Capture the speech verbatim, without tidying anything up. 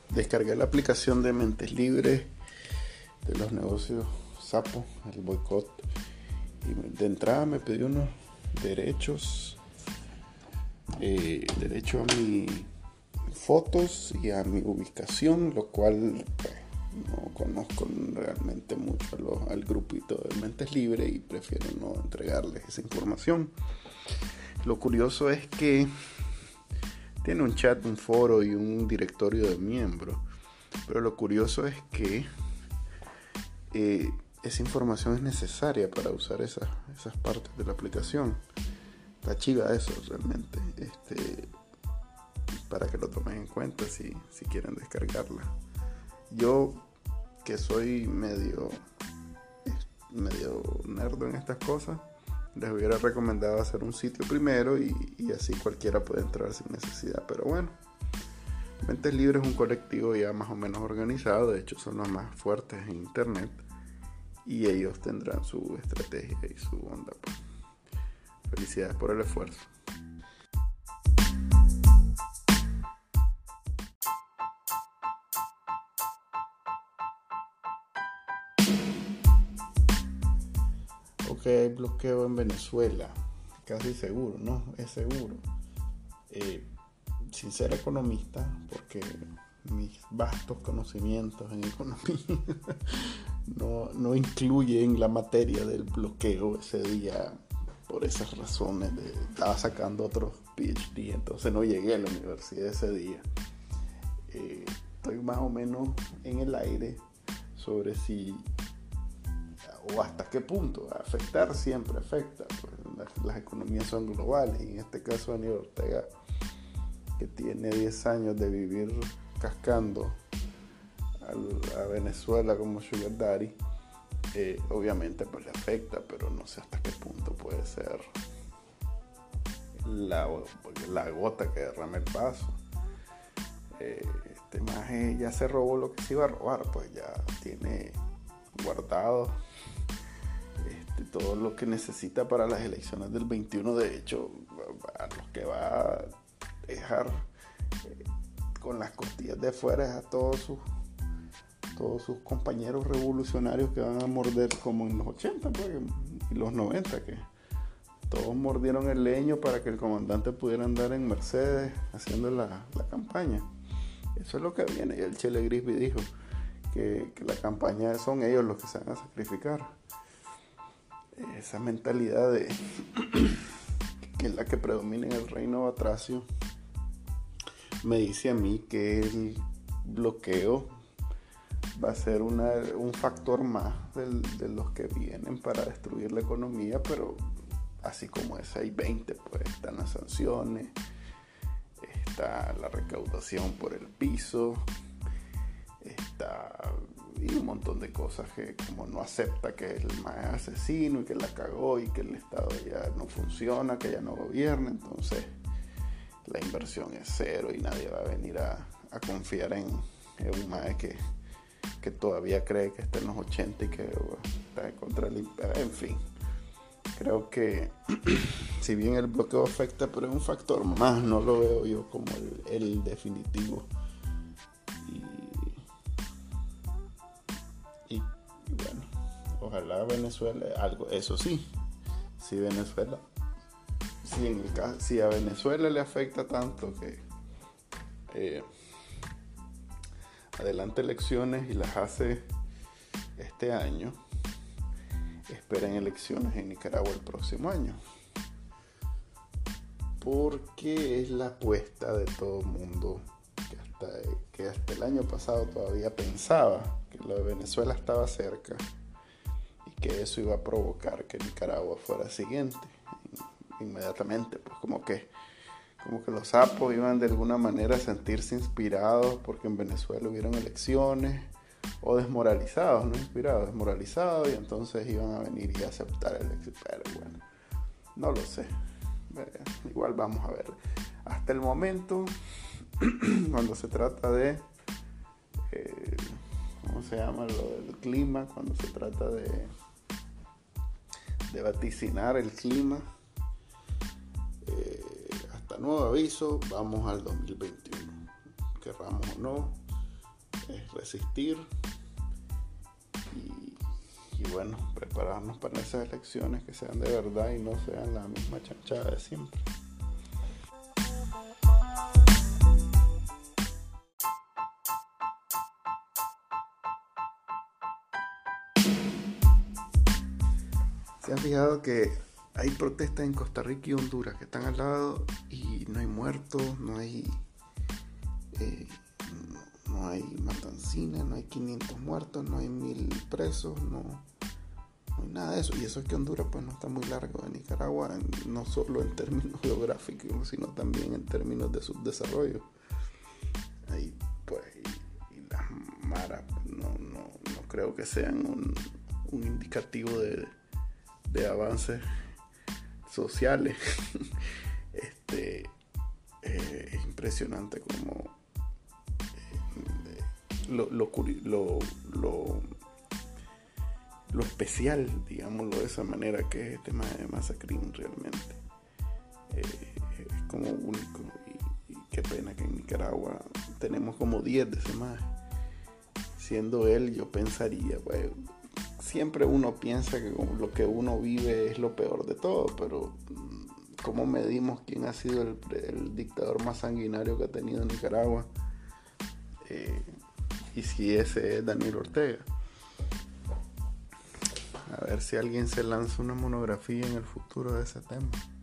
Descargué la aplicación de Mentes Libres de los negocios Sapo, el boicot. Y de entrada me pidió unos derechos, eh, derecho a mis fotos y a mi ubicación, lo cual pues, no conozco realmente mucho a lo, al grupito de Mentes Libres y prefiero no entregarles esa información. Lo curioso es que tiene un chat, un foro y un directorio de miembros, pero lo curioso es que eh, esa información es necesaria para usar esas, esas partes de la aplicación. Está chiva eso realmente, este, para que lo tomen en cuenta si, si quieren descargarla. Yo, que soy medio, medio nerdo en estas cosas, les hubiera recomendado hacer un sitio primero y, y así cualquiera puede entrar sin necesidad. Pero bueno, Mentes Libres es un colectivo ya más o menos organizado. De hecho son los más fuertes en internet y ellos tendrán su estrategia y su onda, pues. Felicidades por el esfuerzo. Ok, hay bloqueo en Venezuela, casi seguro, ¿no? Es seguro. Eh, sin ser economista, porque mis vastos conocimientos en economía no, no incluyen la materia del bloqueo ese día. Por esas razones, de, estaba sacando otros P H D, entonces no llegué a la universidad ese día. Eh, estoy más o menos en el aire sobre si o hasta qué punto afectar. Siempre afecta, pues las, las economías son globales, y en este caso Aníbal Ortega, que tiene diez años de vivir cascando a, a Venezuela como Sugar Daddy, eh, obviamente pues le afecta, pero no sé hasta qué punto puede ser la, la gota que derrama el vaso. Eh, este maje ya se robó lo que se iba a robar, pues ya tiene guardado este, todo lo que necesita para las elecciones del veintiuno. De hecho, a los que va a dejar eh, con las costillas de fuera es a todos sus todos sus compañeros revolucionarios que van a morder, como en los ochenta pues, y los noventa, que todos mordieron el leño para que el comandante pudiera andar en Mercedes haciendo la, la campaña. Eso es lo que viene. Y el Chele Grisby dijo que, que la campaña son ellos los que se van a sacrificar. Esa mentalidad de que es la que predomina en el reino batracio me dice a mí que el bloqueo va a ser una, un factor más del, de los que vienen para destruir la economía, pero así como es, hay veinte, pues están las sanciones, está la recaudación por el piso, está y un montón de cosas que como no acepta que el más asesino y que la cagó y que el Estado ya no funciona, que ya no gobierna, entonces la inversión es cero y nadie va a venir a, a confiar en, en un mae que que todavía cree que está en los ochenta y que bueno, está contra el imperio. En fin, creo que si bien el bloqueo afecta, pero es un factor más, no lo veo yo como el, el definitivo. Y, y, y bueno, ojalá Venezuela algo, eso sí, si Venezuela si, en el caso, si a Venezuela le afecta tanto que eh, adelante elecciones y las hace este año, esperen elecciones en Nicaragua el próximo año, porque es la apuesta de todo el mundo que hasta, que hasta el año pasado todavía pensaba que lo de Venezuela estaba cerca y que eso iba a provocar que Nicaragua fuera siguiente inmediatamente, pues como que como que los sapos iban de alguna manera a sentirse inspirados porque en Venezuela hubieron elecciones, o desmoralizados, no inspirados, desmoralizados, y entonces iban a venir y a aceptar el éxito. Pero bueno, no lo sé, eh, igual vamos a ver. Hasta el momento, cuando se trata de eh, ¿cómo se llama? Lo del clima, cuando se trata de de vaticinar el clima, nuevo aviso, vamos al dos mil veintiuno, querramos o no, es resistir y, y bueno, prepararnos para esas elecciones que sean de verdad y no sean la misma chanchada de siempre. ¿Se han fijado que hay protestas en Costa Rica y Honduras que están al lado y no hay muertos, no hay eh, no, no hay matancina, no hay quinientos muertos, no hay mil presos, no, no hay nada de eso? Y eso es que Honduras pues no está muy largo de Nicaragua, no solo en términos geográficos, sino también en términos de subdesarrollo. Ahí pues y, y las maras no, no, no creo que sean un, un indicativo de de avances sociales. este eh, es impresionante como eh, lo, lo, lo, lo, lo especial, digámoslo de esa manera, que es el tema de Masacrín realmente. Eh, es como único y, y qué pena que en Nicaragua tenemos como diez de ese más. Siendo él, yo pensaría, bueno, siempre uno piensa que lo que uno vive es lo peor de todo, pero ¿cómo medimos quién ha sido el, el dictador más sanguinario que ha tenido Nicaragua? Eh, y si ese es Daniel Ortega. A ver si alguien se lanza una monografía en el futuro de ese tema.